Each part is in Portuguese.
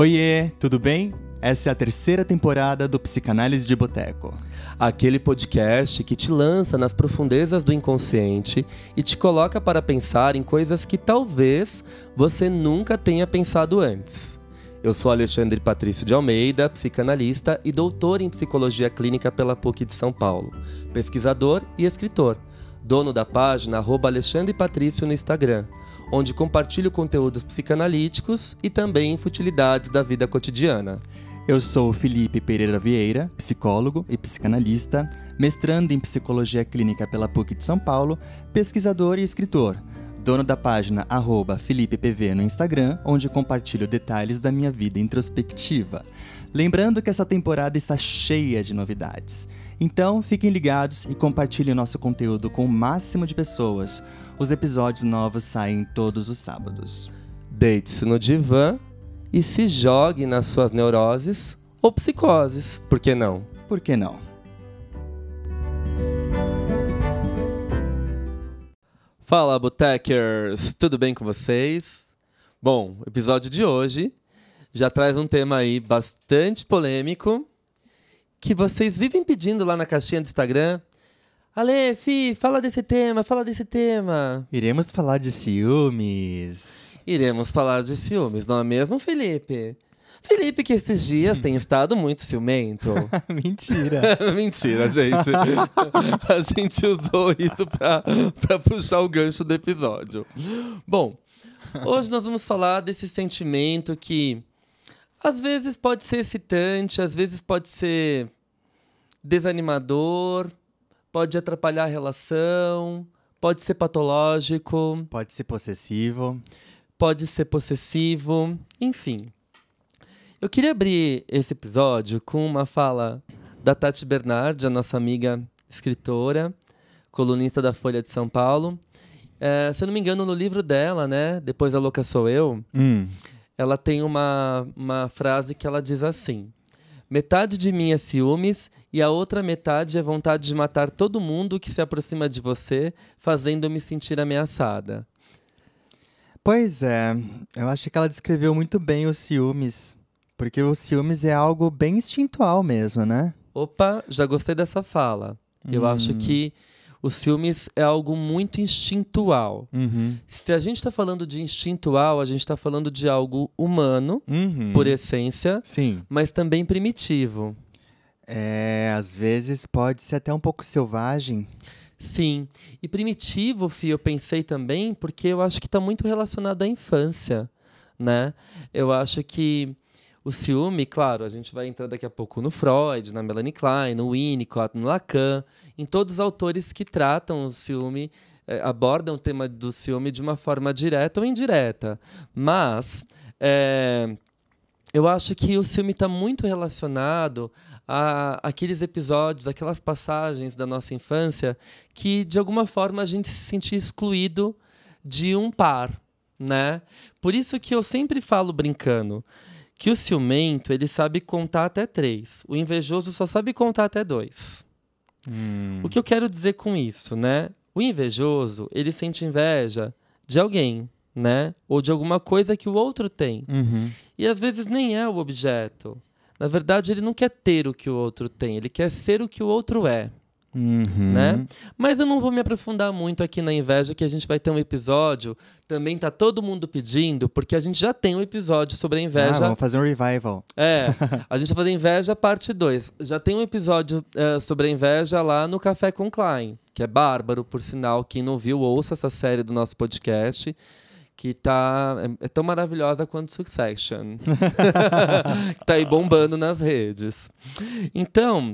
Oiê, tudo bem? Essa é a terceira temporada do Psicanálise de Boteco. Aquele podcast que te lança nas profundezas do inconsciente e te coloca para pensar em coisas que talvez você nunca tenha pensado antes. Eu sou Alexandre Patrício de Almeida, psicanalista e doutor em psicologia clínica pela PUC de São Paulo, pesquisador e escritor, dono da página @Alexandre Patrício no Instagram, onde compartilho conteúdos psicanalíticos e também futilidades da vida cotidiana. Eu sou Felipe Pereira Vieira, psicólogo e psicanalista, mestrando em psicologia clínica pela PUC de São Paulo, pesquisador e escritor, dono da página @FelipePV no Instagram, onde compartilho detalhes da minha vida introspectiva. Lembrando que essa temporada está cheia de novidades. Então, fiquem ligados e compartilhem nosso conteúdo com o máximo de pessoas. Os episódios novos saem todos os sábados. Deite-se no divã e se jogue nas suas neuroses ou psicoses, por que não? Por que não? Fala, Botekers! Tudo bem com vocês? Bom, o episódio de hoje já traz um tema aí bastante polêmico que vocês vivem pedindo lá na caixinha do Instagram. Ale, Fi, fala desse tema. Iremos falar de ciúmes. Iremos falar de ciúmes, não é mesmo, Felipe? Felipe, que esses dias tem estado muito ciumento. Mentira. Mentira, gente. A gente usou isso pra puxar o gancho do episódio. Bom, hoje nós vamos falar desse sentimento que às vezes pode ser excitante, às vezes pode ser desanimador, pode atrapalhar a relação, pode ser patológico. Pode ser possessivo. Pode ser possessivo, enfim. Eu queria abrir esse episódio com uma fala da Tati Bernardi, a nossa amiga escritora, colunista da Folha de São Paulo. Se eu não me engano, no livro dela, né, Depois a Louca Sou Eu, ela tem uma frase que ela diz assim: metade de mim é ciúmes e a outra metade é vontade de matar todo mundo que se aproxima de você, fazendo-me sentir ameaçada. Pois é, eu acho que ela descreveu muito bem os ciúmes, porque o ciúmes é algo bem instintual mesmo, né? Opa, já gostei dessa fala. Eu acho que o ciúmes é algo muito instintual. Se a gente está falando de instintual, a gente está falando de algo humano, por essência, Sim. mas também primitivo. Às vezes pode ser até um pouco selvagem. Sim, e primitivo, Fih, eu pensei também, porque eu acho que está muito relacionado à infância, né? Eu acho que o ciúme, claro, a gente vai entrar daqui a pouco no Freud, na Melanie Klein, no Winnicott, no Lacan, em todos os autores que tratam o ciúme, abordam o tema do ciúme de uma forma direta ou indireta. Mas eu acho que o ciúme está muito relacionado aqueles episódios, aquelas passagens da nossa infância que, de alguma forma, a gente se sentia excluído de um par, né? Por isso que eu sempre falo brincando que o ciumento, ele sabe contar até 3. O invejoso só sabe contar até 2. O que eu quero dizer com isso, né? O invejoso, ele sente inveja de alguém, né? Ou de alguma coisa que o outro tem. E às vezes nem é o objeto. Na verdade, ele não quer ter o que o outro tem, ele quer ser o que o outro é. Né? Mas eu não vou me aprofundar muito aqui na inveja, que a gente vai ter um episódio, também tá todo mundo pedindo, porque a gente já tem um episódio sobre a inveja. Vamos fazer um revival. A gente vai fazer inveja parte 2. Já tem um episódio sobre a inveja lá no Café com Klein, que é bárbaro, por sinal. Quem não viu, ouça essa série do nosso podcast, que é tão maravilhosa quanto Succession. Que tá aí bombando nas redes. Então,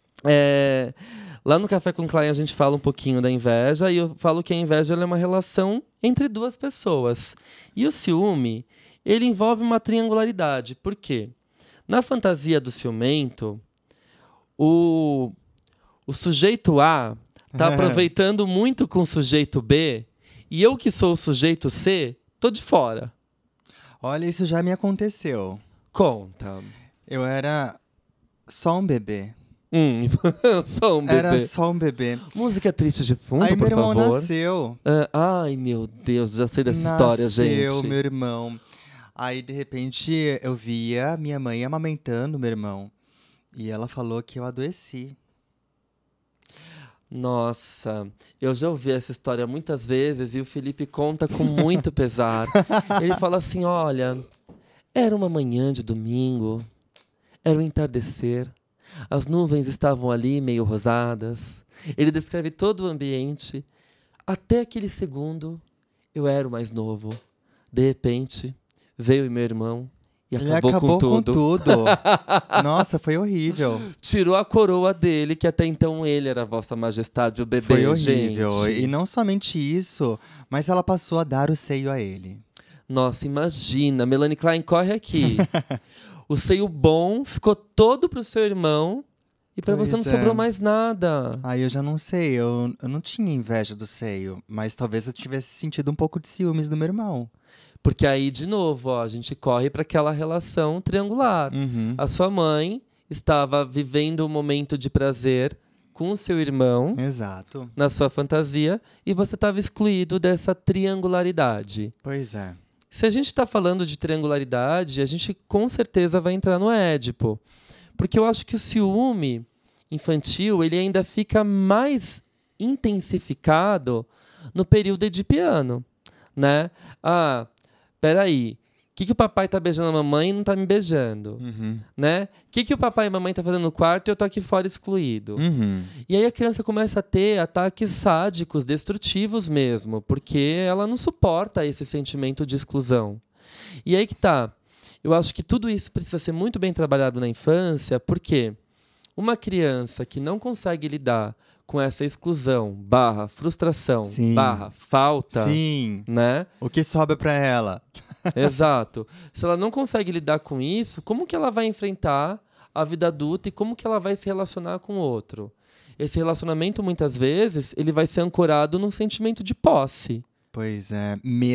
lá no Café com Klein a gente fala um pouquinho da inveja, e eu falo que a inveja ela é uma relação entre duas pessoas. E o ciúme, ele envolve uma triangularidade. Por quê? Na fantasia do ciumento, o sujeito A tá aproveitando muito com o sujeito B, e eu que sou o sujeito C, tô de fora. Olha, isso já me aconteceu. Conta. Eu era só um bebê. Só um bebê. Era só um bebê. Música triste de fundo, Aí por meu irmão favor. nasceu. Ai, meu Deus, já sei dessa história, gente. Nasceu meu irmão. Aí, de repente, eu via minha mãe amamentando meu irmão. E ela falou que eu adoeci. Nossa, eu já ouvi essa história muitas vezes e o Felipe conta com muito pesar. Ele fala assim: olha, era uma manhã de domingo, era o entardecer, as nuvens estavam ali meio rosadas. Ele descreve todo o ambiente. Até aquele segundo, eu era o mais novo. De repente, veio meu irmão e Ele acabou com tudo. Nossa, foi horrível. Tirou a coroa dele, que até então ele era Vossa Majestade, o bebê, Foi horrível. gente. E não somente isso, mas ela passou a dar o seio a ele. Nossa, imagina, Melanie Klein, corre aqui. O seio bom ficou todo pro seu irmão e pra você não sobrou mais nada. Aí eu já não sei, eu não tinha inveja do seio, mas talvez eu tivesse sentido um pouco de ciúmes do meu irmão. Porque aí, de novo, ó, a gente corre para aquela relação triangular. Uhum. A sua mãe estava vivendo um momento de prazer com o seu irmão, Exato. na sua fantasia, e você estava excluído dessa triangularidade. Pois é. Se a gente está falando de triangularidade, a gente com certeza vai entrar no Édipo. Porque eu acho que o ciúme infantil ele ainda fica mais intensificado no período edipiano, né? Ah, peraí, o que o papai tá beijando a mamãe e não tá me beijando? Uhum. Né? O que o papai e a mamãe tá fazendo no quarto e eu tô aqui fora excluído? Uhum. E aí a criança começa a ter ataques sádicos, destrutivos mesmo, porque ela não suporta esse sentimento de exclusão. E aí que tá. Eu acho que tudo isso precisa ser muito bem trabalhado na infância, porque uma criança que não consegue lidar com essa exclusão, barra frustração, Sim. barra falta, Sim. né? O que sobra pra ela? Exato. Se ela não consegue lidar com isso, como que ela vai enfrentar a vida adulta e como que ela vai se relacionar com o outro? Esse relacionamento, muitas vezes, ele vai ser ancorado num sentimento de posse. Pois é,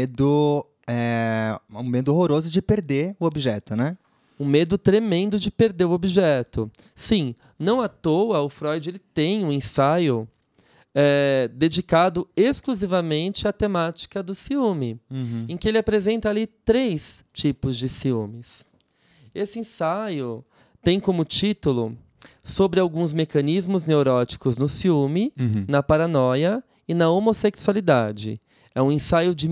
um medo horroroso de perder o objeto, né? Um medo tremendo de perder o objeto. Sim, não à toa o Freud ele tem um ensaio dedicado exclusivamente à temática do ciúme, em que ele apresenta ali 3 tipos de ciúmes. Esse ensaio tem como título Sobre alguns mecanismos neuróticos no ciúme, na paranoia e na homossexualidade. É um ensaio de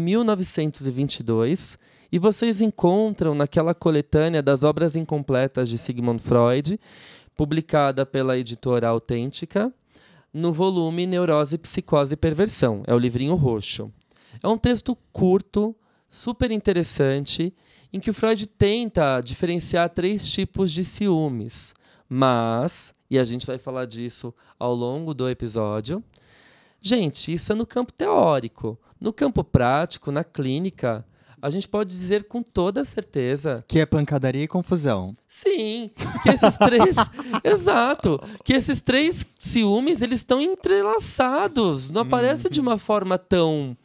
1922 e vocês encontram naquela coletânea das obras incompletas de Sigmund Freud, publicada pela editora Autêntica, no volume Neurose, Psicose e Perversão. É o livrinho roxo. É um texto curto, super interessante, em que o Freud tenta diferenciar 3 tipos de ciúmes. Mas, e a gente vai falar disso ao longo do episódio, gente, isso é no campo teórico. No campo prático, na clínica, a gente pode dizer com toda certeza que é pancadaria e confusão. Sim, que esses 3... Exato. Que esses 3 ciúmes, eles estão entrelaçados. Não aparece de uma forma tão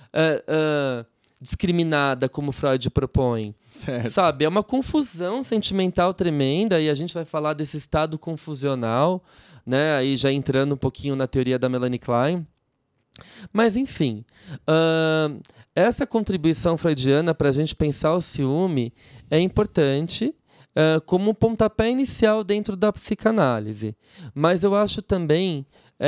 discriminada como Freud propõe. Certo. Sabe? É uma confusão sentimental tremenda e a gente vai falar desse estado confusional, né? Aí já entrando um pouquinho na teoria da Melanie Klein. Mas, enfim, essa contribuição freudiana para a gente pensar o ciúme é importante como pontapé inicial dentro da psicanálise. Mas eu acho também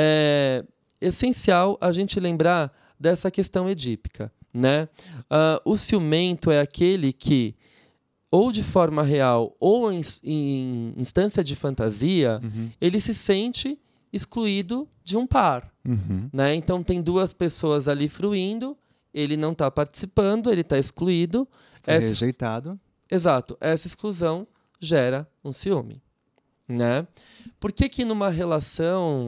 essencial a gente lembrar dessa questão edípica, né? O ciumento é aquele que, ou de forma real ou em instância de fantasia, ele se sente excluído de um par. Né? Então tem 2 pessoas ali fruindo, ele não está participando, ele está excluído. Rejeitado. Exato. Essa exclusão gera um ciúme. Né? Por que numa relação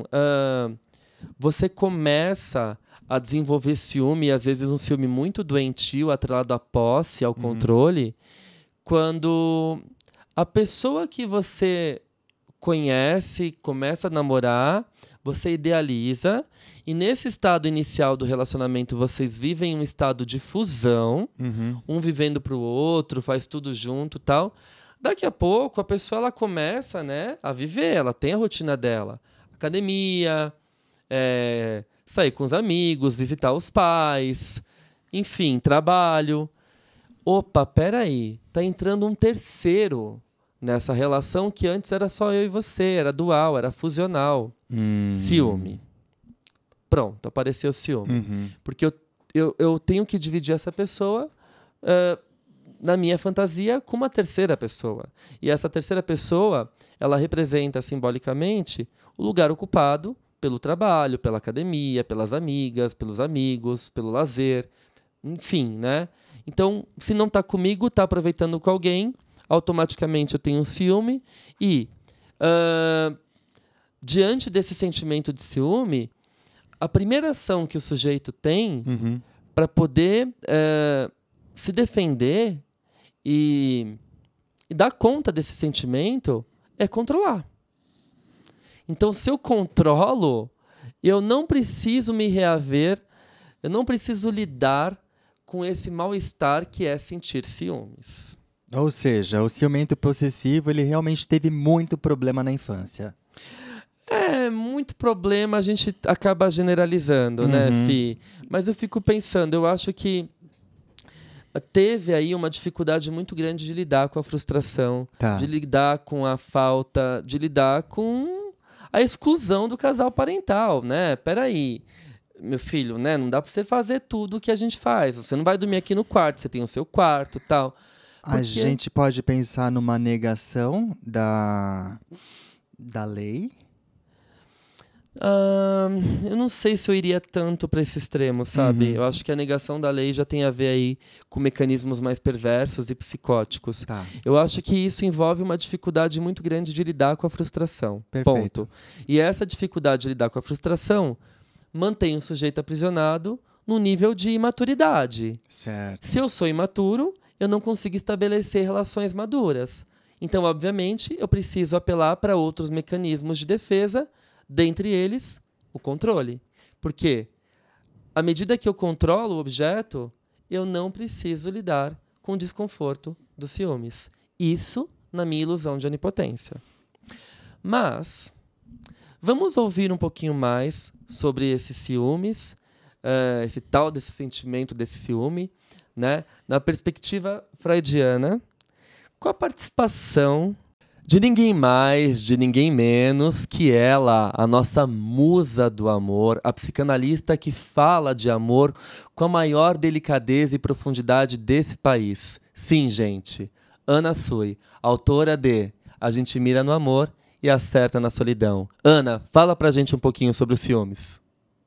você começa a desenvolver ciúme, e às vezes um ciúme muito doentio, atrelado à posse, ao controle, quando a pessoa que você conhece, começa a namorar, você idealiza, e nesse estado inicial do relacionamento vocês vivem um estado de fusão, um vivendo para o outro, faz tudo junto, tal. Daqui a pouco a pessoa ela começa, né, a viver, ela tem a rotina dela, academia, sair com os amigos, visitar os pais, enfim, trabalho. opa, peraí, tá entrando um terceiro nessa relação que antes era só eu e você, era dual, era fusional. Ciúme. Pronto, apareceu ciúme. Porque eu tenho que dividir essa pessoa na minha fantasia com uma terceira pessoa. E essa terceira pessoa, ela representa simbolicamente o lugar ocupado pelo trabalho, pela academia, pelas amigas, pelos amigos, pelo lazer, enfim, né? Então, se não está comigo, está aproveitando com alguém, automaticamente eu tenho um ciúme e, diante desse sentimento de ciúme, a primeira ação que o sujeito tem para poder se defender e dar conta desse sentimento é controlar. Então, se eu controlo, eu não preciso me reaver, eu não preciso lidar com esse mal-estar que é sentir ciúmes. Ou seja, o ciumento possessivo, ele realmente teve muito problema na infância. Muito problema a gente acaba generalizando, né, Fih? Mas eu fico pensando, eu acho que teve aí uma dificuldade muito grande de lidar com a frustração, de lidar com a falta, de lidar com a exclusão do casal parental, né? Peraí, meu filho, né? Não dá pra você fazer tudo o que a gente faz. Você não vai dormir aqui no quarto, você tem o seu quarto e tal. A gente pode pensar numa negação da lei? Eu não sei se eu iria tanto para esse extremo, sabe? Eu acho que a negação da lei já tem a ver aí com mecanismos mais perversos e psicóticos. Eu acho que isso envolve uma dificuldade muito grande de lidar com a frustração. Perfeito. Ponto. E essa dificuldade de lidar com a frustração mantém o sujeito aprisionado no nível de imaturidade. Certo. Se eu sou imaturo, eu não consigo estabelecer relações maduras. Então, obviamente, eu preciso apelar para outros mecanismos de defesa, dentre eles, o controle. Porque, à medida que eu controlo o objeto, eu não preciso lidar com o desconforto dos ciúmes. Isso na minha ilusão de onipotência. Mas, vamos ouvir um pouquinho mais sobre esses ciúmes, desse sentimento desse ciúme, né, na perspectiva freudiana, com a participação de ninguém mais, de ninguém menos que ela, a nossa musa do amor, a psicanalista que fala de amor com a maior delicadeza e profundidade desse país. Sim, gente, Ana Sui, autora de A Gente Mira no Amor e Acerta na Solidão. Ana, fala pra gente um pouquinho sobre os ciúmes.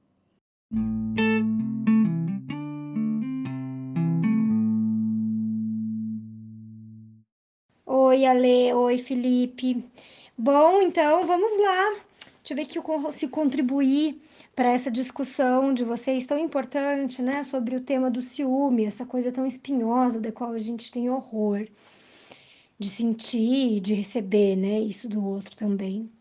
Oi, Ale. Oi, Felipe. Bom, então vamos lá. Deixa eu ver que eu consigo contribuir para essa discussão de vocês tão importante, né, sobre o tema do ciúme, essa coisa tão espinhosa da qual a gente tem horror de sentir, de receber, né, isso do outro também.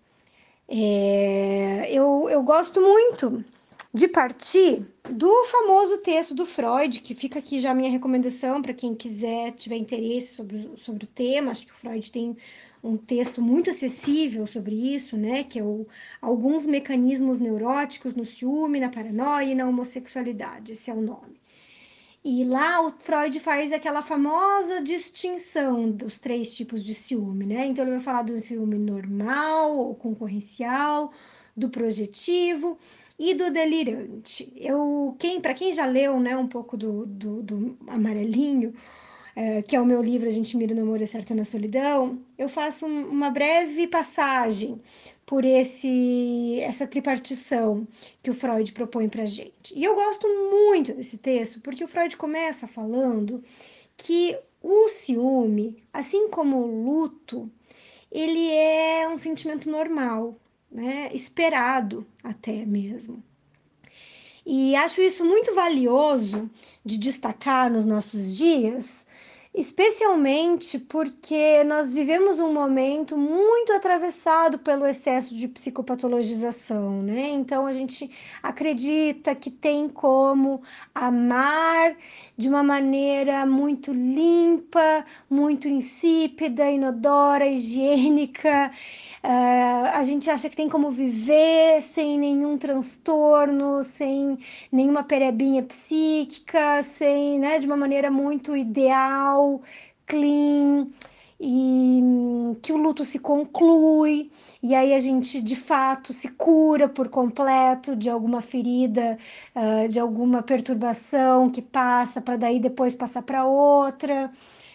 Eu gosto muito de partir do famoso texto do Freud, que fica aqui já a minha recomendação para quem quiser, tiver interesse sobre o tema. Acho que o Freud tem um texto muito acessível sobre isso, né? Que é Alguns Mecanismos Neuróticos no Ciúme, na Paranoia e na Homossexualidade, esse é o nome. E lá o Freud faz aquela famosa distinção dos 3 tipos de ciúme, né? Então ele vai falar do ciúme normal ou concorrencial, do projetivo e do delirante. Para quem já leu, né, um pouco do Amarelinho, que é o meu livro A Gente Mira no Amor e Acerta na Solidão, eu faço uma breve passagem por essa tripartição que o Freud propõe pra gente. E eu gosto muito desse texto porque o Freud começa falando que o ciúme, assim como o luto, ele é um sentimento normal, né? Esperado até mesmo. E acho isso muito valioso de destacar nos nossos dias, especialmente porque nós vivemos um momento muito atravessado pelo excesso de psicopatologização, né? Então a gente acredita que tem como amar de uma maneira muito limpa, muito insípida, inodora, higiênica. A gente acha que tem como viver sem nenhum transtorno, sem nenhuma perebinha psíquica, sem, né, de uma maneira muito ideal, clean, e que o luto se conclui, e aí a gente de fato se cura por completo de alguma ferida, de alguma perturbação que passa para daí depois passar para outra.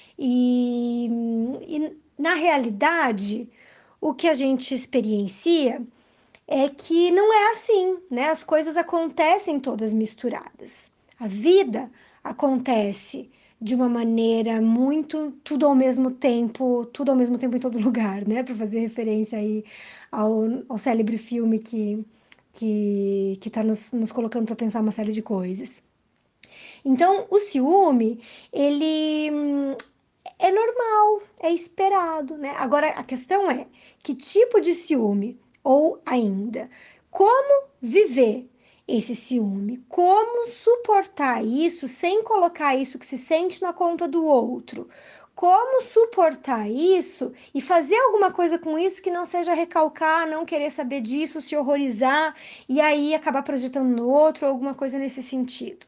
E na realidade, o que a gente experiencia é que não é assim, né? As coisas acontecem todas misturadas. A vida acontece de uma maneira muito tudo ao mesmo tempo em todo lugar, né? Para fazer referência aí ao célebre filme que está nos colocando para pensar uma série de coisas. Então, o ciúme, ele é normal, é esperado, né? Agora, a questão é que tipo de ciúme, ou ainda, como viver esse ciúme, como suportar isso sem colocar isso que se sente na conta do outro, como suportar isso e fazer alguma coisa com isso que não seja recalcar, não querer saber disso, se horrorizar e aí acabar projetando no outro, alguma coisa nesse sentido.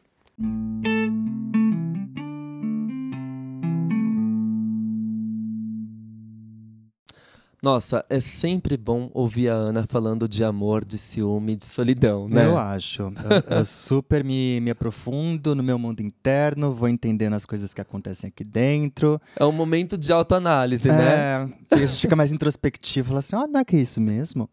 Nossa, é sempre bom ouvir a Ana falando de amor, de ciúme, de solidão, né? Eu acho. Eu super me aprofundo no meu mundo interno, vou entendendo as coisas que acontecem aqui dentro. É um momento de autoanálise, né? E a gente fica mais introspectivo, fala assim, não é que é isso mesmo?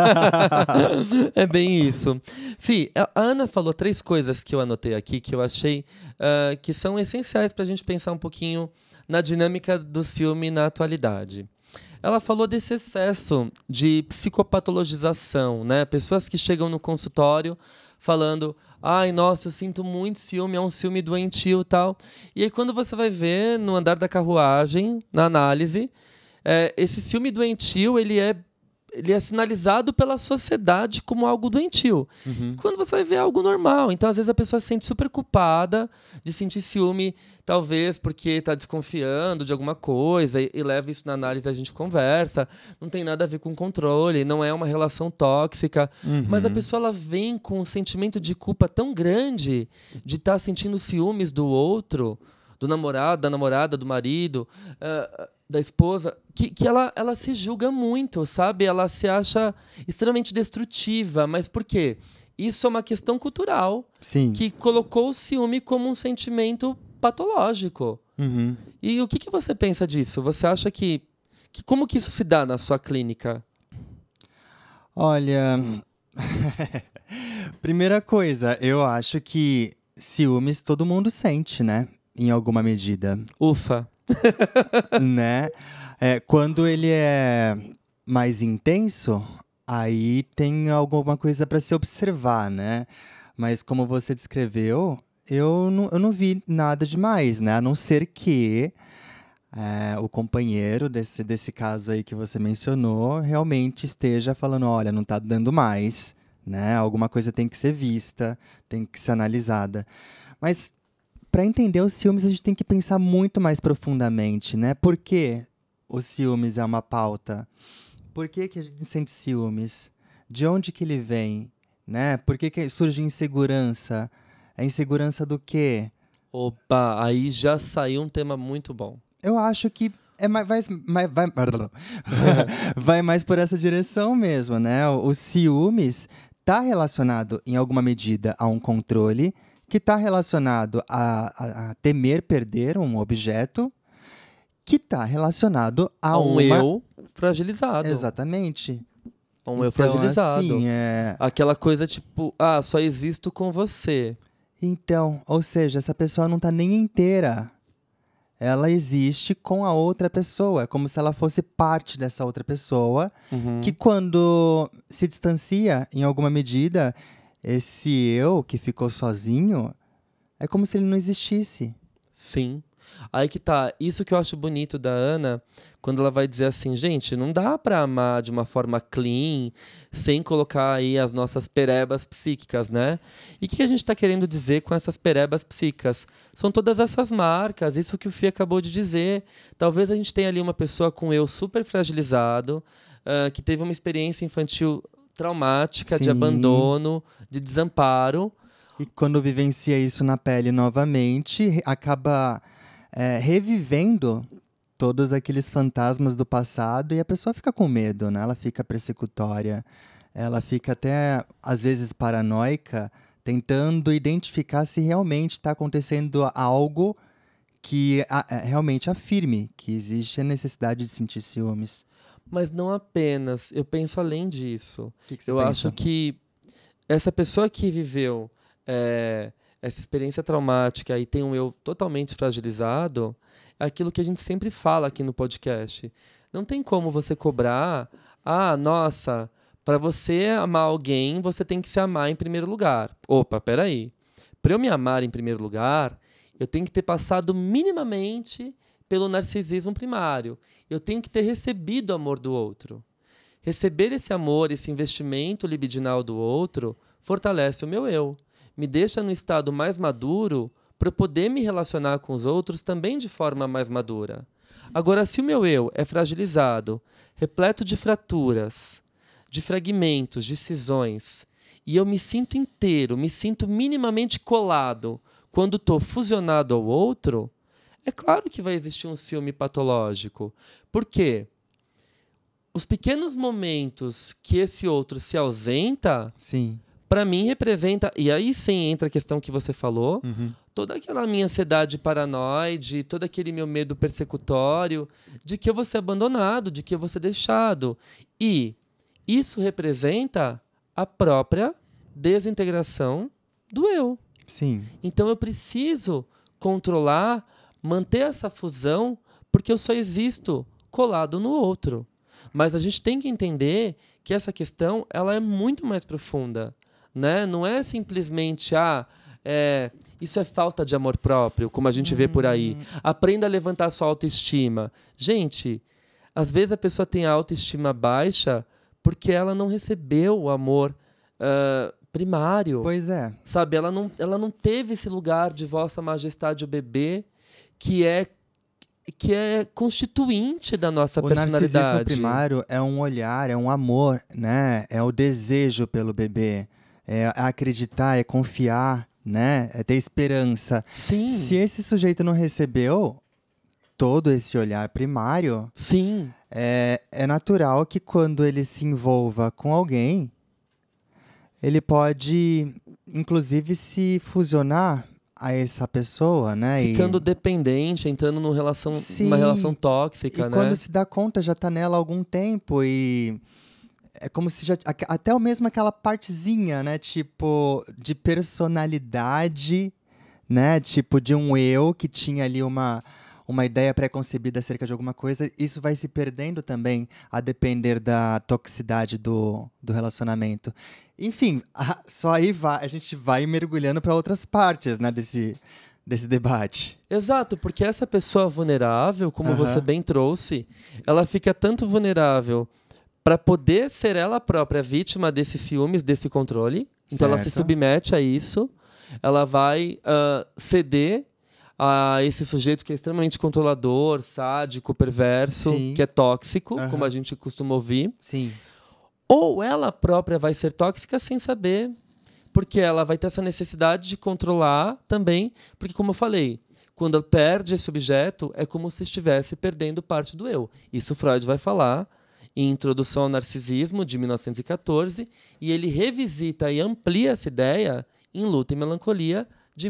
É bem isso. Fih, a Ana falou 3 coisas que eu anotei aqui que eu achei que são essenciais pra gente pensar um pouquinho na dinâmica do ciúme na atualidade. Ela falou desse excesso de psicopatologização, né? Pessoas que chegam no consultório falando, ai, nossa, eu sinto muito ciúme, é um ciúme doentio e tal. E aí quando você vai ver no andar da carruagem, na análise, esse ciúme doentio, ele é sinalizado pela sociedade como algo doentio. E quando você vai ver é algo normal. Então, às vezes, a pessoa se sente super culpada de sentir ciúme, talvez porque está desconfiando de alguma coisa, e leva isso na análise, a gente conversa. Não tem nada a ver com controle, não é uma relação tóxica. Mas a pessoa ela vem com um sentimento de culpa tão grande de estar sentindo ciúmes do outro, do namorado, da namorada, do marido, da esposa, que ela se julga muito, sabe? Ela se acha extremamente destrutiva. Mas por quê? Isso é uma questão cultural. Sim. Que colocou o ciúme como um sentimento patológico. E o que você pensa disso? Você acha que como que isso se dá na sua clínica? Olha, primeira coisa, eu acho que ciúmes todo mundo sente, né? Em alguma medida. Ufa! Né? Quando ele é mais intenso, aí tem alguma coisa para se observar, né? Mas como você descreveu, eu não vi nada demais, né? A não ser que o companheiro desse caso aí que você mencionou realmente esteja falando, olha, não tá dando mais, né? Alguma coisa tem que ser vista, tem que ser analisada. Mas para entender os ciúmes, a gente tem que pensar muito mais profundamente, né? Por que os ciúmes é uma pauta? Por que a gente sente ciúmes? De onde que ele vem? Né? Por que surge insegurança? É insegurança do quê? Opa, aí já saiu um tema muito bom. Eu acho que vai mais por essa direção mesmo, né? Os ciúmes está relacionado, em alguma medida, a um controle, que está relacionado a temer perder um objeto, que está relacionado a um eu fragilizado. Exatamente. Um eu fragilizado. Assim, aquela coisa tipo, só existo com você. Então, ou seja, essa pessoa não está nem inteira. Ela existe com a outra pessoa, é como se ela fosse parte dessa outra pessoa, que quando se distancia, em alguma medida, esse eu que ficou sozinho, é como se ele não existisse. Sim. Aí que tá, isso que eu acho bonito da Ana, quando ela vai dizer assim, gente, não dá pra amar de uma forma clean, sem colocar aí as nossas perebas psíquicas, né? E o que a gente tá querendo dizer com essas perebas psíquicas? São todas essas marcas, isso que o Fih acabou de dizer. Talvez a gente tenha ali uma pessoa com eu super fragilizado, que teve uma experiência infantil traumática, de Sim. abandono, de desamparo. E quando vivencia isso na pele novamente, acaba revivendo todos aqueles fantasmas do passado e a pessoa fica com medo, né? Ela fica persecutória, ela fica até, às vezes, paranoica, tentando identificar se realmente está acontecendo algo que realmente afirme que existe a necessidade de sentir ciúmes. Mas não apenas, eu penso além disso. O que você Eu pensa? acho que essa pessoa que viveu essa experiência traumática e tem um eu totalmente fragilizado, é aquilo que a gente sempre fala aqui no podcast. Não tem como você cobrar, nossa, para você amar alguém, você tem que se amar em primeiro lugar. Opa, peraí. Para eu me amar em primeiro lugar, eu tenho que ter passado minimamente pelo narcisismo primário. Eu tenho que ter recebido o amor do outro. Receber esse amor, esse investimento libidinal do outro, fortalece o meu eu. Me deixa no estado mais maduro para eu poder me relacionar com os outros também de forma mais madura. Agora, se o meu eu é fragilizado, repleto de fraturas, de fragmentos, de cisões, e eu me sinto inteiro, me sinto minimamente colado quando estou fusionado ao outro, é claro que vai existir um ciúme patológico. Por quê? Os pequenos momentos que esse outro se ausenta, Sim. para mim representa, e aí sim entra a questão que você falou, toda aquela minha ansiedade paranoide, todo aquele meu medo persecutório de que eu vou ser abandonado, de que eu vou ser deixado. E isso representa a própria desintegração do eu. Sim. Então eu preciso controlar, manter essa fusão, porque eu só existo colado no outro. Mas a gente tem que entender que essa questão ela é muito mais profunda, né? Não é simplesmente isso é falta de amor próprio, como a gente vê por aí. Aprenda a levantar sua autoestima. Gente, às vezes a pessoa tem a autoestima baixa porque ela não recebeu o amor primário. Pois é. Sabe, ela não teve esse lugar de Vossa Majestade o bebê que é constituinte da nossa personalidade. O narcisismo primário é um olhar, é um amor, né? É o desejo pelo bebê, é acreditar, é confiar, né? É ter esperança. Sim. Se esse sujeito não recebeu todo esse olhar primário, sim, é natural que quando ele se envolva com alguém, ele pode, inclusive, se fusionar a essa pessoa, né? Ficando dependente, entrando numa relação tóxica, né? né? Quando se dá conta, já tá nela há algum tempo e é como se já até mesmo aquela partezinha, né, tipo de personalidade, né, tipo de um eu que tinha ali uma ideia pré-concebida acerca de alguma coisa, isso vai se perdendo também a depender da toxicidade do relacionamento. Enfim, só aí a gente vai mergulhando para outras partes, né, desse debate. Exato, porque essa pessoa vulnerável, como você bem trouxe, ela fica tanto vulnerável para poder ser ela própria vítima desses ciúmes, desse controle. Então ela se submete a isso, ela vai ceder a esse sujeito que é extremamente controlador, sádico, perverso, que é tóxico, como a gente costuma ouvir. Sim. Ou ela própria vai ser tóxica sem saber, porque ela vai ter essa necessidade de controlar também, porque, como eu falei, quando ela perde esse objeto, é como se estivesse perdendo parte do eu. Isso Freud vai falar em Introdução ao Narcisismo, de 1914, e ele revisita e amplia essa ideia em Luta e Melancolia, de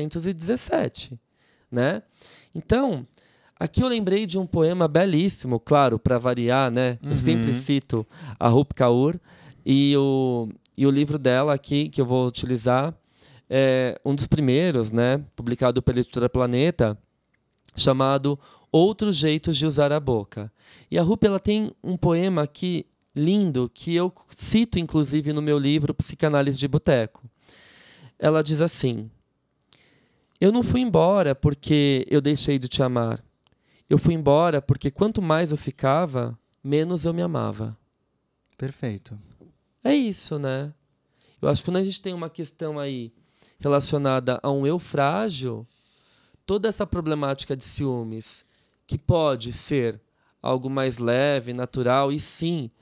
1917. Né? Então, aqui eu lembrei de um poema belíssimo, claro, para variar, né? Eu sempre cito a Rupi Kaur, e o livro dela aqui, que eu vou utilizar, é um dos primeiros, né? Publicado pela Editora Planeta, chamado Outros Jeitos de Usar a Boca. E a Rupi, ela tem um poema aqui lindo, que eu cito, inclusive, no meu livro Psicanálise de Boteco. Ela diz assim: Eu não fui embora porque eu deixei de te amar. Eu fui embora porque quanto mais eu ficava, menos eu me amava. Perfeito. É isso, né? Eu acho que quando a gente tem uma questão aí relacionada a um eu frágil, toda essa problemática de ciúmes, que pode ser algo mais leve, natural, e sim,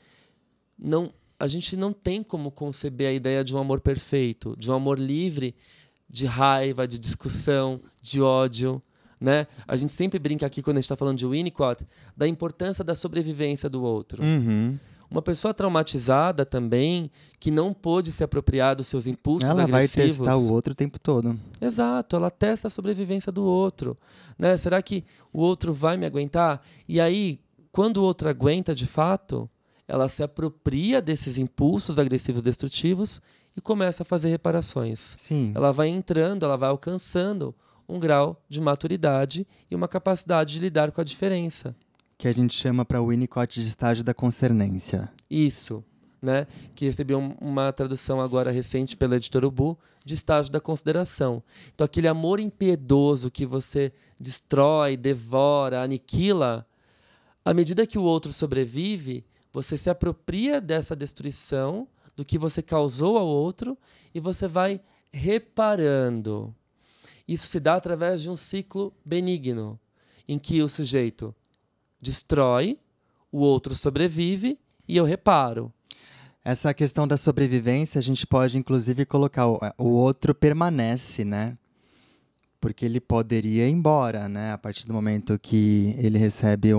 a gente não tem como conceber a ideia de um amor perfeito, de um amor livre de raiva, de discussão, de ódio, né? A gente sempre brinca aqui, quando a gente está falando de Winnicott, da importância da sobrevivência do outro. Uhum. Uma pessoa traumatizada também, que não pôde se apropriar dos seus impulsos Ela agressivos. vai testar o outro o tempo todo. Exato, ela testa a sobrevivência do outro, né? Será que o outro vai me aguentar? E aí, quando o outro aguenta de fato, ela se apropria desses impulsos agressivos destrutivos e começa a fazer reparações. Sim. Ela vai entrando, ela vai alcançando um grau de maturidade e uma capacidade de lidar com a diferença. Que a gente chama para o Winnicott de estágio da concernência. Isso, né? Que recebeu uma tradução agora recente pela editora Ubu, de estágio da consideração. Então, aquele amor impiedoso que você destrói, devora, aniquila, à medida que o outro sobrevive, você se apropria dessa destruição, do que você causou ao outro, e você vai reparando. Isso se dá através de um ciclo benigno, em que o sujeito destrói, o outro sobrevive e eu reparo. Essa questão da sobrevivência, a gente pode, inclusive, colocar o outro permanece, né? Porque ele poderia ir embora, né? A partir do momento que ele recebe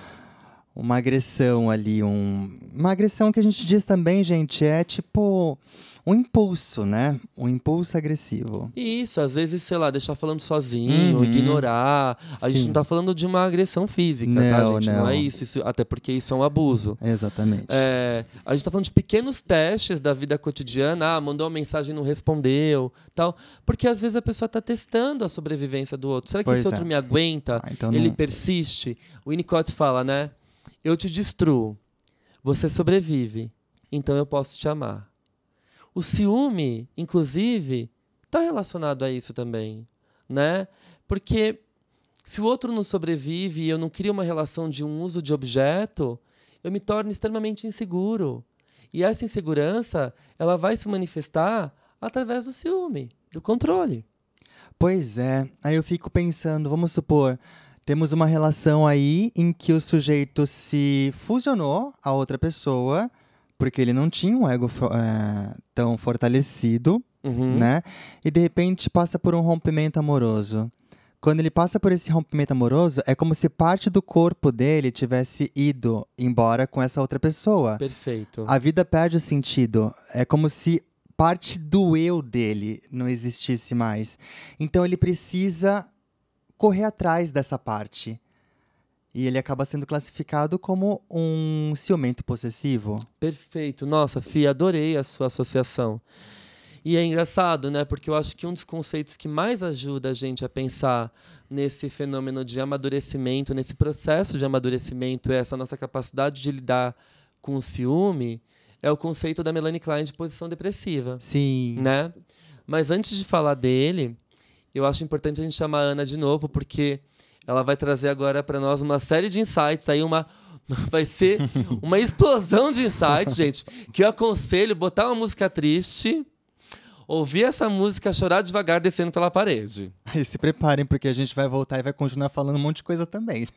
uma agressão ali, uma agressão que a gente diz também, gente, é tipo um impulso, né? Um impulso agressivo. E isso, às vezes, sei lá, deixar falando sozinho, ignorar. A gente não tá falando de uma agressão física, tá, gente? Não é isso, até porque isso é um abuso. Exatamente. A gente tá falando de pequenos testes da vida cotidiana. Mandou uma mensagem e não respondeu, tal. Porque às vezes a pessoa tá testando a sobrevivência do outro. Será que esse outro me aguenta? Então ele persiste? O Winnicott fala, né? Eu te destruo, você sobrevive, então eu posso te amar. O ciúme, inclusive, está relacionado a isso também, né? Porque se o outro não sobrevive e eu não crio uma relação de um uso de objeto, eu me torno extremamente inseguro. E essa insegurança, ela vai se manifestar através do ciúme, do controle. Pois é. Aí eu fico pensando, vamos supor, temos uma relação aí em que o sujeito se fusionou a outra pessoa, porque ele não tinha um ego tão fortalecido, né? E de repente passa por um rompimento amoroso. Quando ele passa por esse rompimento amoroso, é como se parte do corpo dele tivesse ido embora com essa outra pessoa. Perfeito. A vida perde o sentido. É como se parte do eu dele não existisse mais. Então ele precisa correr atrás dessa parte. E ele acaba sendo classificado como um ciumento possessivo. Perfeito. Nossa, Fia, adorei a sua associação. E é engraçado, né? Porque eu acho que um dos conceitos que mais ajuda a gente a pensar nesse fenômeno de amadurecimento, nesse processo de amadurecimento, essa nossa capacidade de lidar com o ciúme, é o conceito da Melanie Klein de posição depressiva. Sim. Né? Mas antes de falar dele, eu acho importante a gente chamar a Ana de novo, porque ela vai trazer agora para nós uma série de insights, aí vai ser uma explosão de insights, gente, que eu aconselho botar uma música triste, ouvir essa música, chorar devagar descendo pela parede. E se preparem, porque a gente vai voltar e vai continuar falando um monte de coisa também.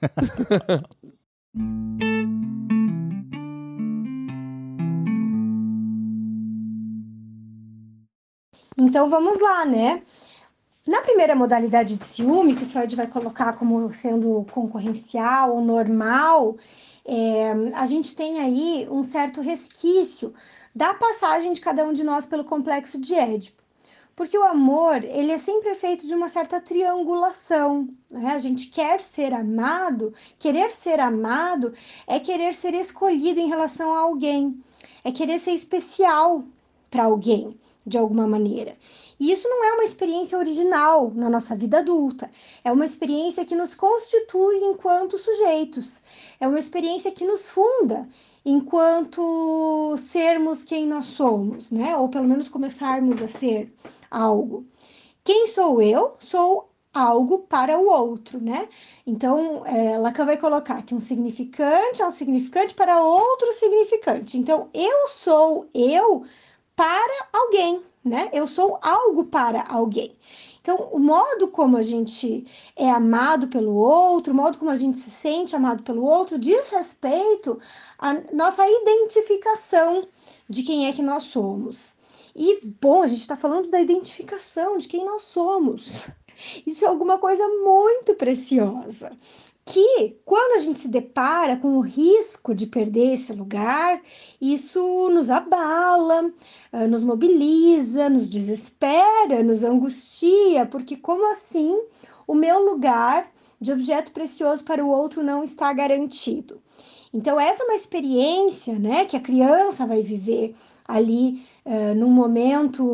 Então vamos lá, né? Na primeira modalidade de ciúme, que o Freud vai colocar como sendo concorrencial ou normal, a gente tem aí um certo resquício da passagem de cada um de nós pelo complexo de Édipo. Porque o amor, ele é sempre feito de uma certa triangulação, né? A gente quer ser amado, querer ser amado é querer ser escolhido em relação a alguém, é querer ser especial para alguém, de alguma maneira. E isso não é uma experiência original na nossa vida adulta. É uma experiência que nos constitui enquanto sujeitos. É uma experiência que nos funda enquanto sermos quem nós somos, né? Ou pelo menos começarmos a ser algo. Quem sou eu? Sou algo para o outro, né? Então, Lacan vai colocar que um significante é um significante para outro significante. Então, eu sou eu para alguém, né? Eu sou algo para alguém. Então, o modo como a gente é amado pelo outro, o modo como a gente se sente amado pelo outro, diz respeito à nossa identificação de quem é que nós somos. E, bom, a gente está falando da identificação de quem nós somos. Isso é alguma coisa muito preciosa. Que quando a gente se depara com o risco de perder esse lugar, isso nos abala, nos mobiliza, nos desespera, nos angustia, porque como assim o meu lugar de objeto precioso para o outro não está garantido? Então, essa é uma experiência, né, que a criança vai viver ali num momento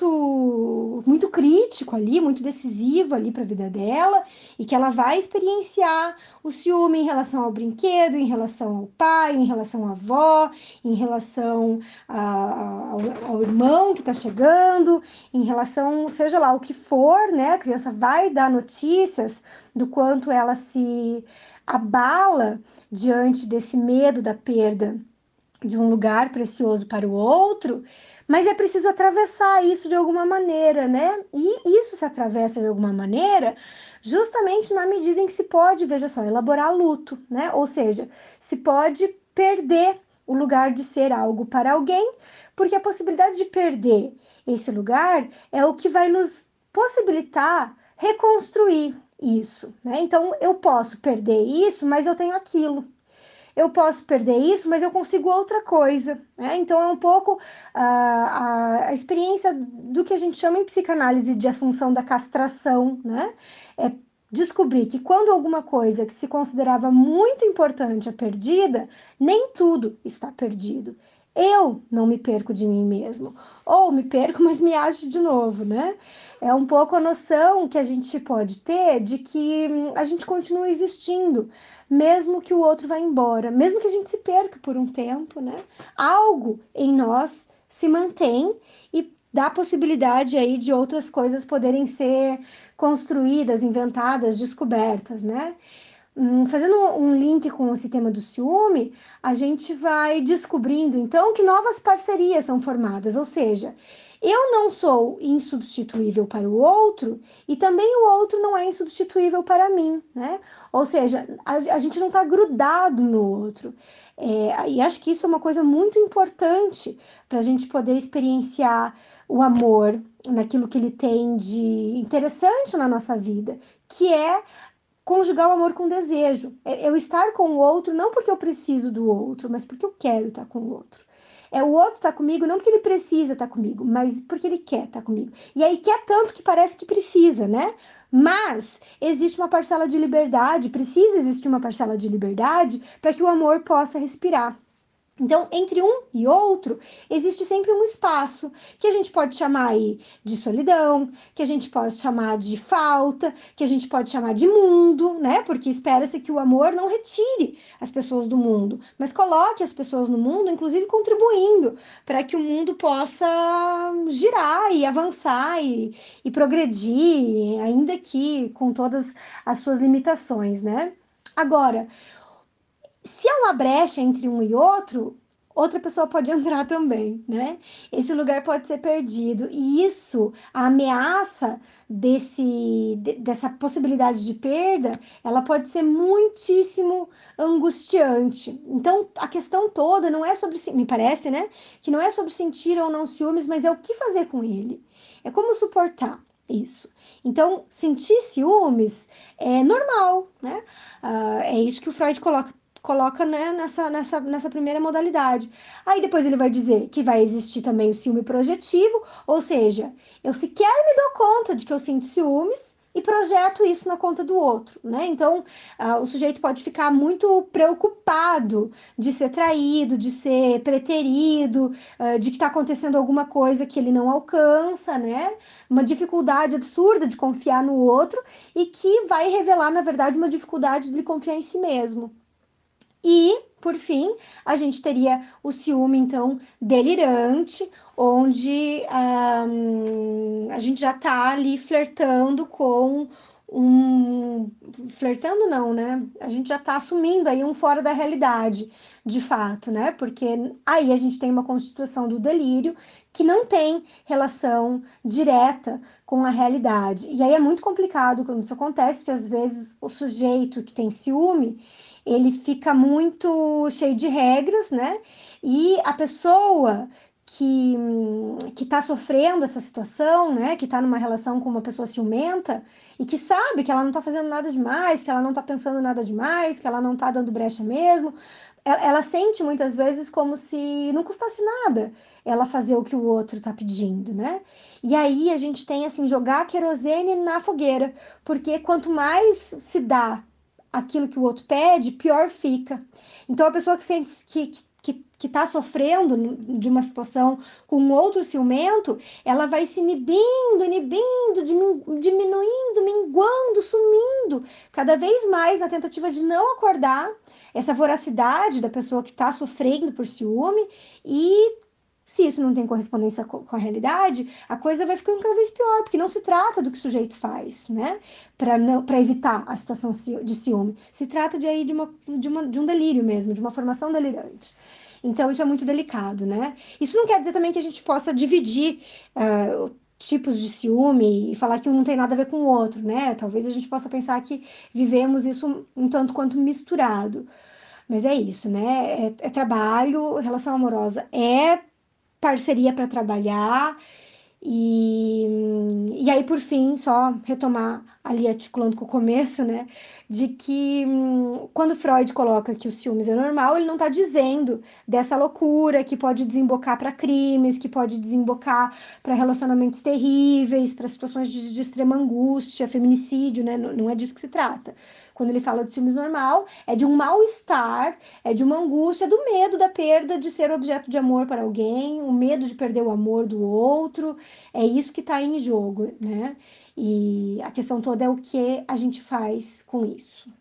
muito crítico ali, muito decisivo ali para a vida dela, e que ela vai experienciar o ciúme em relação ao brinquedo, em relação ao pai, em relação à avó, em relação ao irmão que está chegando, em relação, seja lá o que for, né? A criança vai dar notícias do quanto ela se abala diante desse medo da perda de um lugar precioso para o outro, mas é preciso atravessar isso de alguma maneira, né? E isso se atravessa de alguma maneira justamente na medida em que se pode, veja só, elaborar luto, né? Ou seja, se pode perder o lugar de ser algo para alguém, porque a possibilidade de perder esse lugar é o que vai nos possibilitar reconstruir isso, né? Então, eu posso perder isso, mas eu tenho aquilo. Eu posso perder isso, mas eu consigo outra coisa, né? Então, é um pouco a experiência do que a gente chama em psicanálise de assunção da castração, né? É descobrir que quando alguma coisa que se considerava muito importante é perdida, nem tudo está perdido. Eu não me perco de mim mesmo. Ou me perco, mas me acho de novo, né? É um pouco a noção que a gente pode ter de que a gente continua existindo, mesmo que o outro vá embora, mesmo que a gente se perca por um tempo, né? Algo em nós se mantém e dá a possibilidade aí de outras coisas poderem ser construídas, inventadas, descobertas, né? Fazendo um link com esse tema do ciúme, a gente vai descobrindo então que novas parcerias são formadas, ou seja, eu não sou insubstituível para o outro e também o outro não é insubstituível para mim, né? Ou seja, a gente não está grudado no outro. E acho que isso é uma coisa muito importante para a gente poder experienciar o amor naquilo que ele tem de interessante na nossa vida, que é conjugar o amor com desejo. Eu estar com o outro não porque eu preciso do outro, mas porque eu quero estar com o outro. O outro estar comigo não porque ele precisa estar comigo, mas porque ele quer estar comigo. E aí quer tanto que parece que precisa, né? Mas existe uma parcela de liberdade, precisa existir uma parcela de liberdade para que o amor possa respirar. Então, entre um e outro, existe sempre um espaço que a gente pode chamar aí de solidão, que a gente pode chamar de falta, que a gente pode chamar de mundo, né? Porque espera-se que o amor não retire as pessoas do mundo, mas coloque as pessoas no mundo, inclusive contribuindo para que o mundo possa girar e avançar e progredir, ainda que com todas as suas limitações, né? Agora, se há uma brecha entre um e outro, outra pessoa pode entrar também, né? Esse lugar pode ser perdido. E isso, a ameaça dessa possibilidade de perda, ela pode ser muitíssimo angustiante. Então, a questão toda não é sobre, me parece, né? Que não é sobre sentir ou não ciúmes, mas é o que fazer com ele. É como suportar isso. Então, sentir ciúmes é normal, né? É isso que o Freud coloca, né, nessa primeira modalidade. Aí depois ele vai dizer que vai existir também o ciúme projetivo, ou seja, eu sequer me dou conta de que eu sinto ciúmes e projeto isso na conta do outro, né? Então, o sujeito pode ficar muito preocupado de ser traído, de ser preterido, de que está acontecendo alguma coisa que ele não alcança, né? Uma dificuldade absurda de confiar no outro e que vai revelar, na verdade, uma dificuldade de confiar em si mesmo. E, por fim, a gente teria o ciúme, então, delirante, onde a gente já está ali flertando com flertando não, né? A gente já está assumindo aí um fora da realidade, de fato, né? Porque aí a gente tem uma constituição do delírio que não tem relação direta com a realidade. E aí é muito complicado quando isso acontece, porque às vezes o sujeito que tem ciúme, ele fica muito cheio de regras, né? E a pessoa que está sofrendo essa situação, né? Que está numa relação com uma pessoa ciumenta, e que sabe que ela não tá fazendo nada demais, que ela não tá pensando nada demais, que ela não tá dando brecha mesmo. Ela sente muitas vezes como se não custasse nada ela fazer o que o outro tá pedindo, né? E aí a gente tem assim, jogar querosene na fogueira, porque quanto mais se dá aquilo que o outro pede, pior fica. Então a pessoa que sente que está sofrendo de uma situação com um outro ciumento, ela vai se inibindo, diminuindo, minguando, sumindo, cada vez mais na tentativa de não acordar essa voracidade da pessoa que está sofrendo por ciúme. E se isso não tem correspondência com a realidade, a coisa vai ficando cada vez pior, porque não se trata do que o sujeito faz, né? Para evitar a situação de ciúme. Se trata de um delírio mesmo, de uma formação delirante. Então, isso é muito delicado, né? Isso não quer dizer também que a gente possa dividir tipos de ciúme e falar que um não tem nada a ver com o outro, né? Talvez a gente possa pensar que vivemos isso um tanto quanto misturado. Mas é isso, né? É trabalho, relação amorosa é parceria para trabalhar. E aí, por fim, só retomar ali, articulando com o começo, né? De que quando Freud coloca que o ciúmes é normal, ele não está dizendo dessa loucura que pode desembocar para crimes, que pode desembocar para relacionamentos terríveis, para situações de extrema angústia, feminicídio, né? Não é disso que se trata. Quando ele fala de ciúmes normal, é de um mal-estar, é de uma angústia, do medo da perda de ser objeto de amor para alguém, o medo de perder o amor do outro. É isso que está em jogo, né? E a questão toda é o que a gente faz com isso.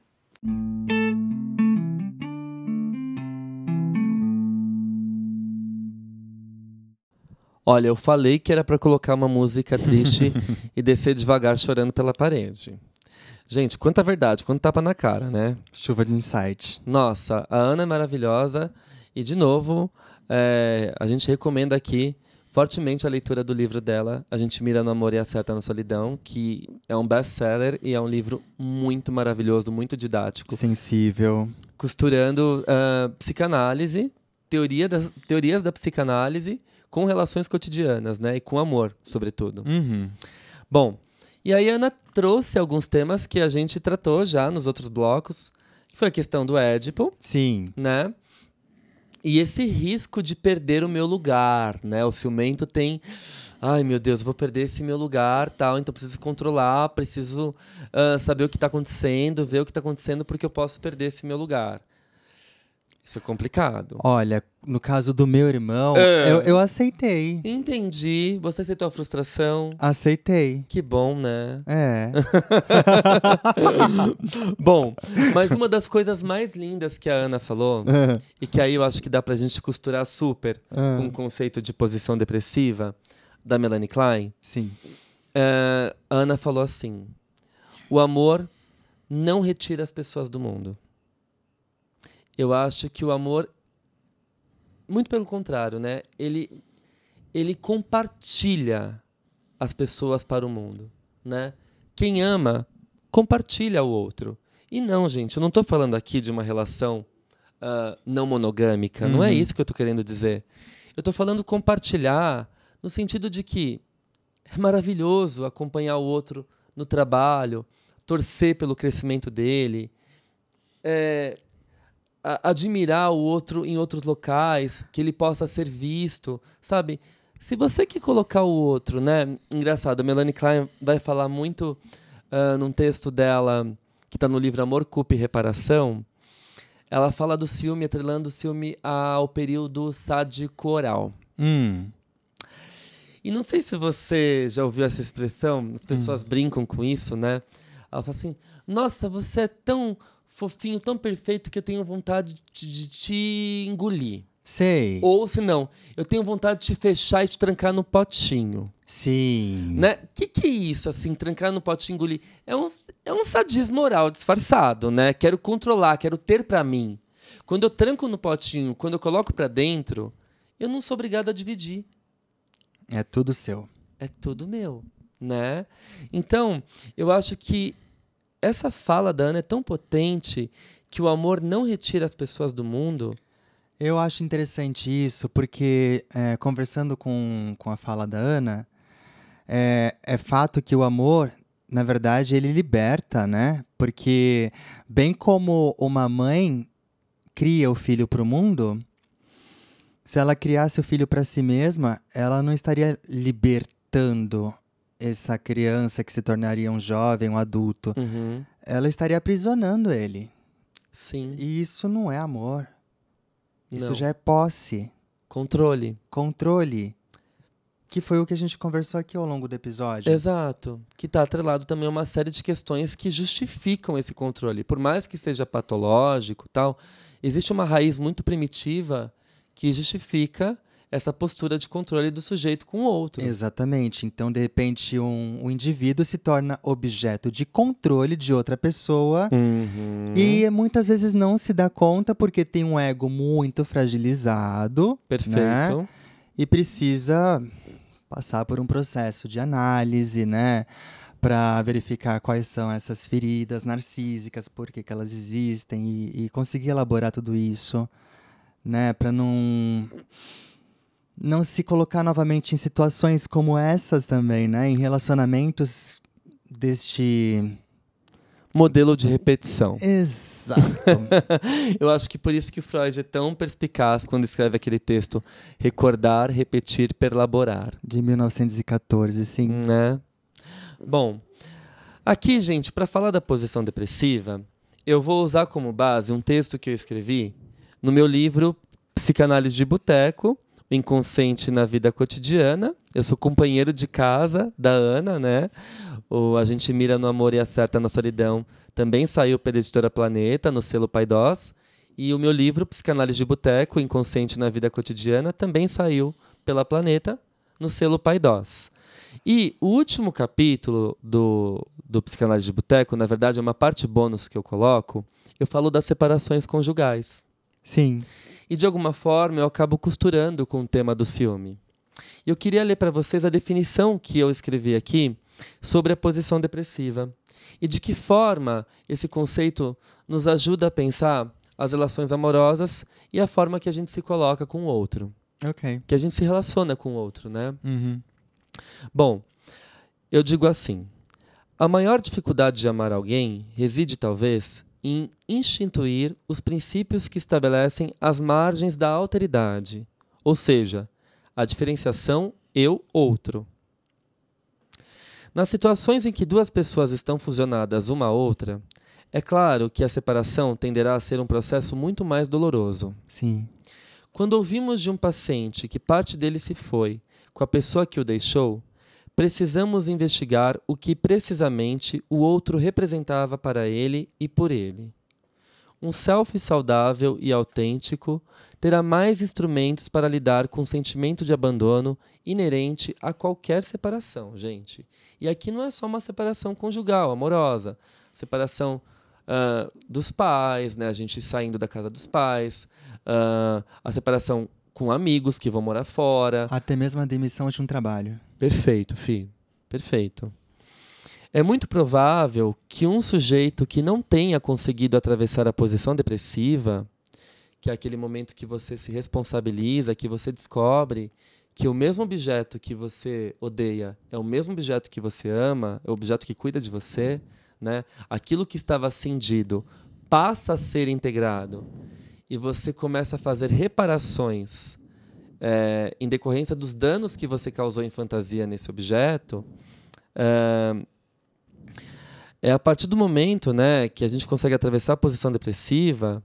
Olha, eu falei que era para colocar uma música triste e descer devagar chorando pela parede. Gente, quanta verdade, quanto tapa na cara, né? Chuva de insight. Nossa, a Ana é maravilhosa. E, de novo, a gente recomenda aqui fortemente a leitura do livro dela, A Gente Mira no Amor e Acerta na Solidão, que é um best-seller e é um livro muito maravilhoso, muito didático. Sensível. Costurando psicanálise, teorias da psicanálise com relações cotidianas, né? E com amor, sobretudo. Uhum. Bom, e aí a Ana trouxe alguns temas que a gente tratou já nos outros blocos, que foi a questão do Édipo. Sim. Né? E esse risco de perder o meu lugar, né? O ciumento tem... Ai, meu Deus, vou perder esse meu lugar, tal. Então preciso controlar, preciso saber o que está acontecendo, ver o que está acontecendo, porque eu posso perder esse meu lugar. Isso é complicado. Olha, no caso do meu irmão, eu aceitei. Entendi. Você aceitou a frustração? Aceitei. Que bom, né? É. Bom, mas uma das coisas mais lindas que a Ana falou, e que aí eu acho que dá pra gente costurar super com o conceito de posição depressiva, da Melanie Klein. Sim. A Ana falou assim: o amor não retira as pessoas do mundo. Eu acho que o amor, muito pelo contrário, né? Ele compartilha as pessoas para o mundo, né? Quem ama, compartilha o outro. E não, gente, eu não estou falando aqui de uma relação não monogâmica. Não é isso que eu estou querendo dizer. Eu estou falando compartilhar no sentido de que é maravilhoso acompanhar o outro no trabalho, torcer pelo crescimento dele, admirar o outro em outros locais, que ele possa ser visto, sabe? Se você quer colocar o outro, né? Engraçado, a Melanie Klein vai falar muito num texto dela, que está no livro Amor, Culpa e Reparação. Ela fala do ciúme, atrelando o ciúme ao período sádico-oral. E não sei se você já ouviu essa expressão, as pessoas brincam com isso, né? Ela fala assim: nossa, você é tão fofinho, tão perfeito, que eu tenho vontade de te engolir. Sei. Ou se não, eu tenho vontade de te fechar e te trancar no potinho. Sim. Né? Que é isso, assim, trancar no potinho e engolir? É um sadismo moral disfarçado, né? Quero controlar, quero ter pra mim. Quando eu tranco no potinho, quando eu coloco pra dentro, eu não sou obrigado a dividir. É tudo seu. É tudo meu, né? Então, eu acho que essa fala da Ana é tão potente que o amor não retira as pessoas do mundo. Eu acho interessante isso, porque conversando com a fala da Ana, é fato que o amor, na verdade, ele liberta, né? Porque bem como uma mãe cria o filho para o mundo, se ela criasse o filho para si mesma, ela não estaria libertando essa criança que se tornaria um jovem, um adulto. Uhum. Ela estaria aprisionando ele. Sim. E isso não é amor. Isso Não. já é posse, Controle. controle, que foi o que a gente conversou aqui ao longo do episódio. Exato. Que está atrelado também a uma série de questões que justificam esse controle. Por mais que seja patológico e tal, existe uma raiz muito primitiva que justifica essa postura de controle do sujeito com o outro. Exatamente. Então, de repente, um indivíduo se torna objeto de controle de outra pessoa Uhum. e muitas vezes não se dá conta porque tem um ego muito fragilizado. Perfeito. Né? E precisa passar por um processo de análise, né? Para verificar quais são essas feridas narcísicas, por que elas existem e conseguir elaborar tudo isso, né? Para não se colocar novamente em situações como essas também, né? Em relacionamentos deste... Modelo de repetição. Exato. Eu acho que por isso que o Freud é tão perspicaz quando escreve aquele texto recordar, repetir, perlaborar. De 1914, sim. Né? Bom, aqui, gente, para falar da posição depressiva, eu vou usar como base um texto que eu escrevi no meu livro Psicanálise de Boteco, o Inconsciente na Vida Cotidiana. Eu sou companheiro de casa da Ana, né? O A Gente Mira no Amor e Acerta na Solidão também saiu pela editora Planeta, no selo Paidós. E o meu livro Psicanálise de Boteco, o Inconsciente na Vida Cotidiana, também saiu pela Planeta, no selo Paidós. E o último capítulo do Psicanálise de Boteco, na verdade é uma parte bônus que eu coloco, eu falo das separações conjugais. Sim. E de alguma forma eu acabo costurando com o tema do ciúme. E eu queria ler para vocês a definição que eu escrevi aqui sobre a posição depressiva. E de que forma esse conceito nos ajuda a pensar as relações amorosas e a forma que a gente se coloca com o outro. Ok. Que a gente se relaciona com o outro, né? Uhum. Bom, eu digo assim, a maior dificuldade de amar alguém reside, talvez, em instituir os princípios que estabelecem as margens da alteridade, ou seja, a diferenciação eu-outro. Nas situações em que duas pessoas estão fusionadas uma à outra, é claro que a separação tenderá a ser um processo muito mais doloroso. Sim. Quando ouvimos de um paciente que parte dele se foi com a pessoa que o deixou, precisamos investigar o que precisamente o outro representava para ele e por ele. Um self saudável e autêntico terá mais instrumentos para lidar com o sentimento de abandono inerente a qualquer separação, gente. E aqui não é só uma separação conjugal, amorosa. Separação dos pais, né? A gente saindo da casa dos pais. A separação com amigos que vão morar fora. Até mesmo a demissão de um trabalho. Perfeito, Fih. Perfeito. É muito provável que um sujeito que não tenha conseguido atravessar a posição depressiva, que é aquele momento que você se responsabiliza, que você descobre que o mesmo objeto que você odeia é o mesmo objeto que você ama, é o objeto que cuida de você, né? Aquilo que estava cindido passa a ser integrado e você começa a fazer reparações em decorrência dos danos que você causou em fantasia nesse objeto. É a partir do momento, né, que a gente consegue atravessar a posição depressiva,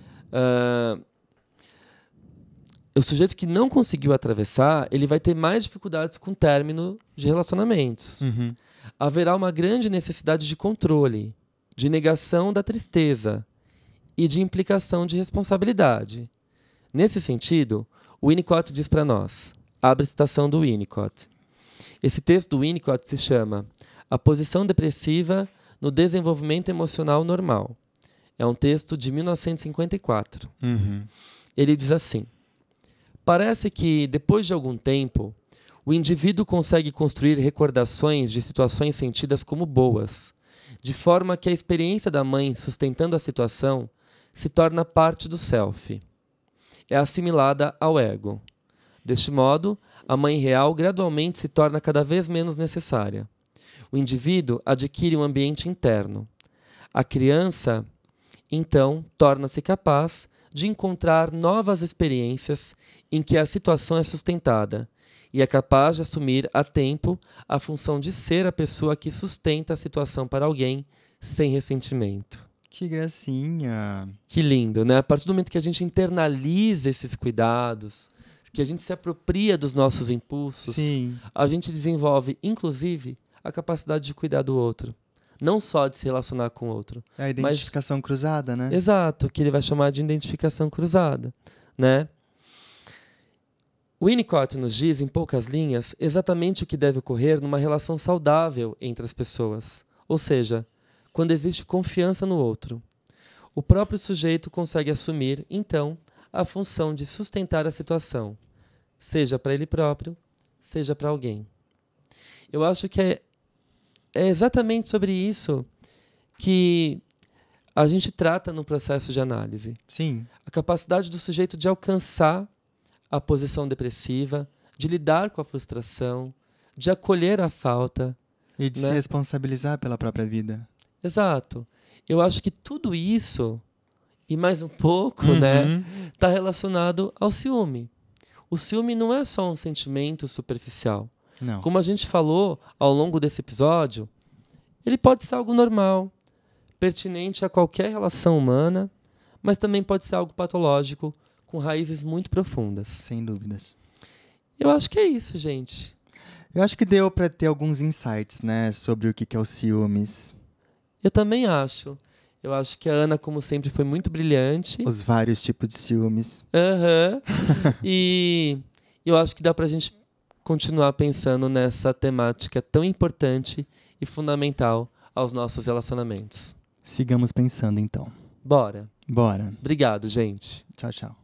o sujeito que não conseguiu atravessar, ele vai ter mais dificuldades com o término de relacionamentos. Uhum. Haverá uma grande necessidade de controle, de negação da tristeza e de implicação de responsabilidade. Nesse sentido, o Winnicott diz para nós, abre a citação do Winnicott. Esse texto do Winnicott se chama A Posição Depressiva no Desenvolvimento Emocional Normal. É um texto de 1954. Ele diz assim: parece que, depois de algum tempo, o indivíduo consegue construir recordações de situações sentidas como boas, de forma que a experiência da mãe sustentando a situação se torna parte do self. É assimilada ao ego. Deste modo, a mãe real gradualmente se torna cada vez menos necessária. O indivíduo adquire um ambiente interno. A criança, então, torna-se capaz de encontrar novas experiências em que a situação é sustentada e é capaz de assumir a tempo a função de ser a pessoa que sustenta a situação para alguém sem ressentimento. Que gracinha! Que lindo, né? A partir do momento que a gente internaliza esses cuidados, que a gente se apropria dos nossos impulsos, Sim. a gente desenvolve, inclusive, a capacidade de cuidar do outro. Não só de se relacionar com o outro. É a identificação cruzada, né? Exato, que ele vai chamar de identificação cruzada, né? O Winnicott nos diz, em poucas linhas, exatamente o que deve ocorrer numa relação saudável entre as pessoas. Ou seja, quando existe confiança no outro. O próprio sujeito consegue assumir, então, a função de sustentar a situação, seja para ele próprio, seja para alguém. Eu acho que é exatamente sobre isso que a gente trata no processo de análise. Sim. A capacidade do sujeito de alcançar a posição depressiva, de lidar com a frustração, de acolher a falta. E de se responsabilizar pela própria vida. Exato. Eu acho que tudo isso, e mais um pouco, né, está relacionado ao ciúme. O ciúme não é só um sentimento superficial. Não. Como a gente falou ao longo desse episódio, ele pode ser algo normal, pertinente a qualquer relação humana, mas também pode ser algo patológico, com raízes muito profundas. Sem dúvidas. Eu acho que é isso, gente. Eu acho que deu para ter alguns insights, né, sobre o que é o ciúmes. Eu também acho. Eu acho que a Ana, como sempre, foi muito brilhante. Os vários tipos de ciúmes. E eu acho que dá pra gente continuar pensando nessa temática tão importante e fundamental aos nossos relacionamentos. Sigamos pensando, então. Bora. Bora. Obrigado, gente. Tchau, tchau.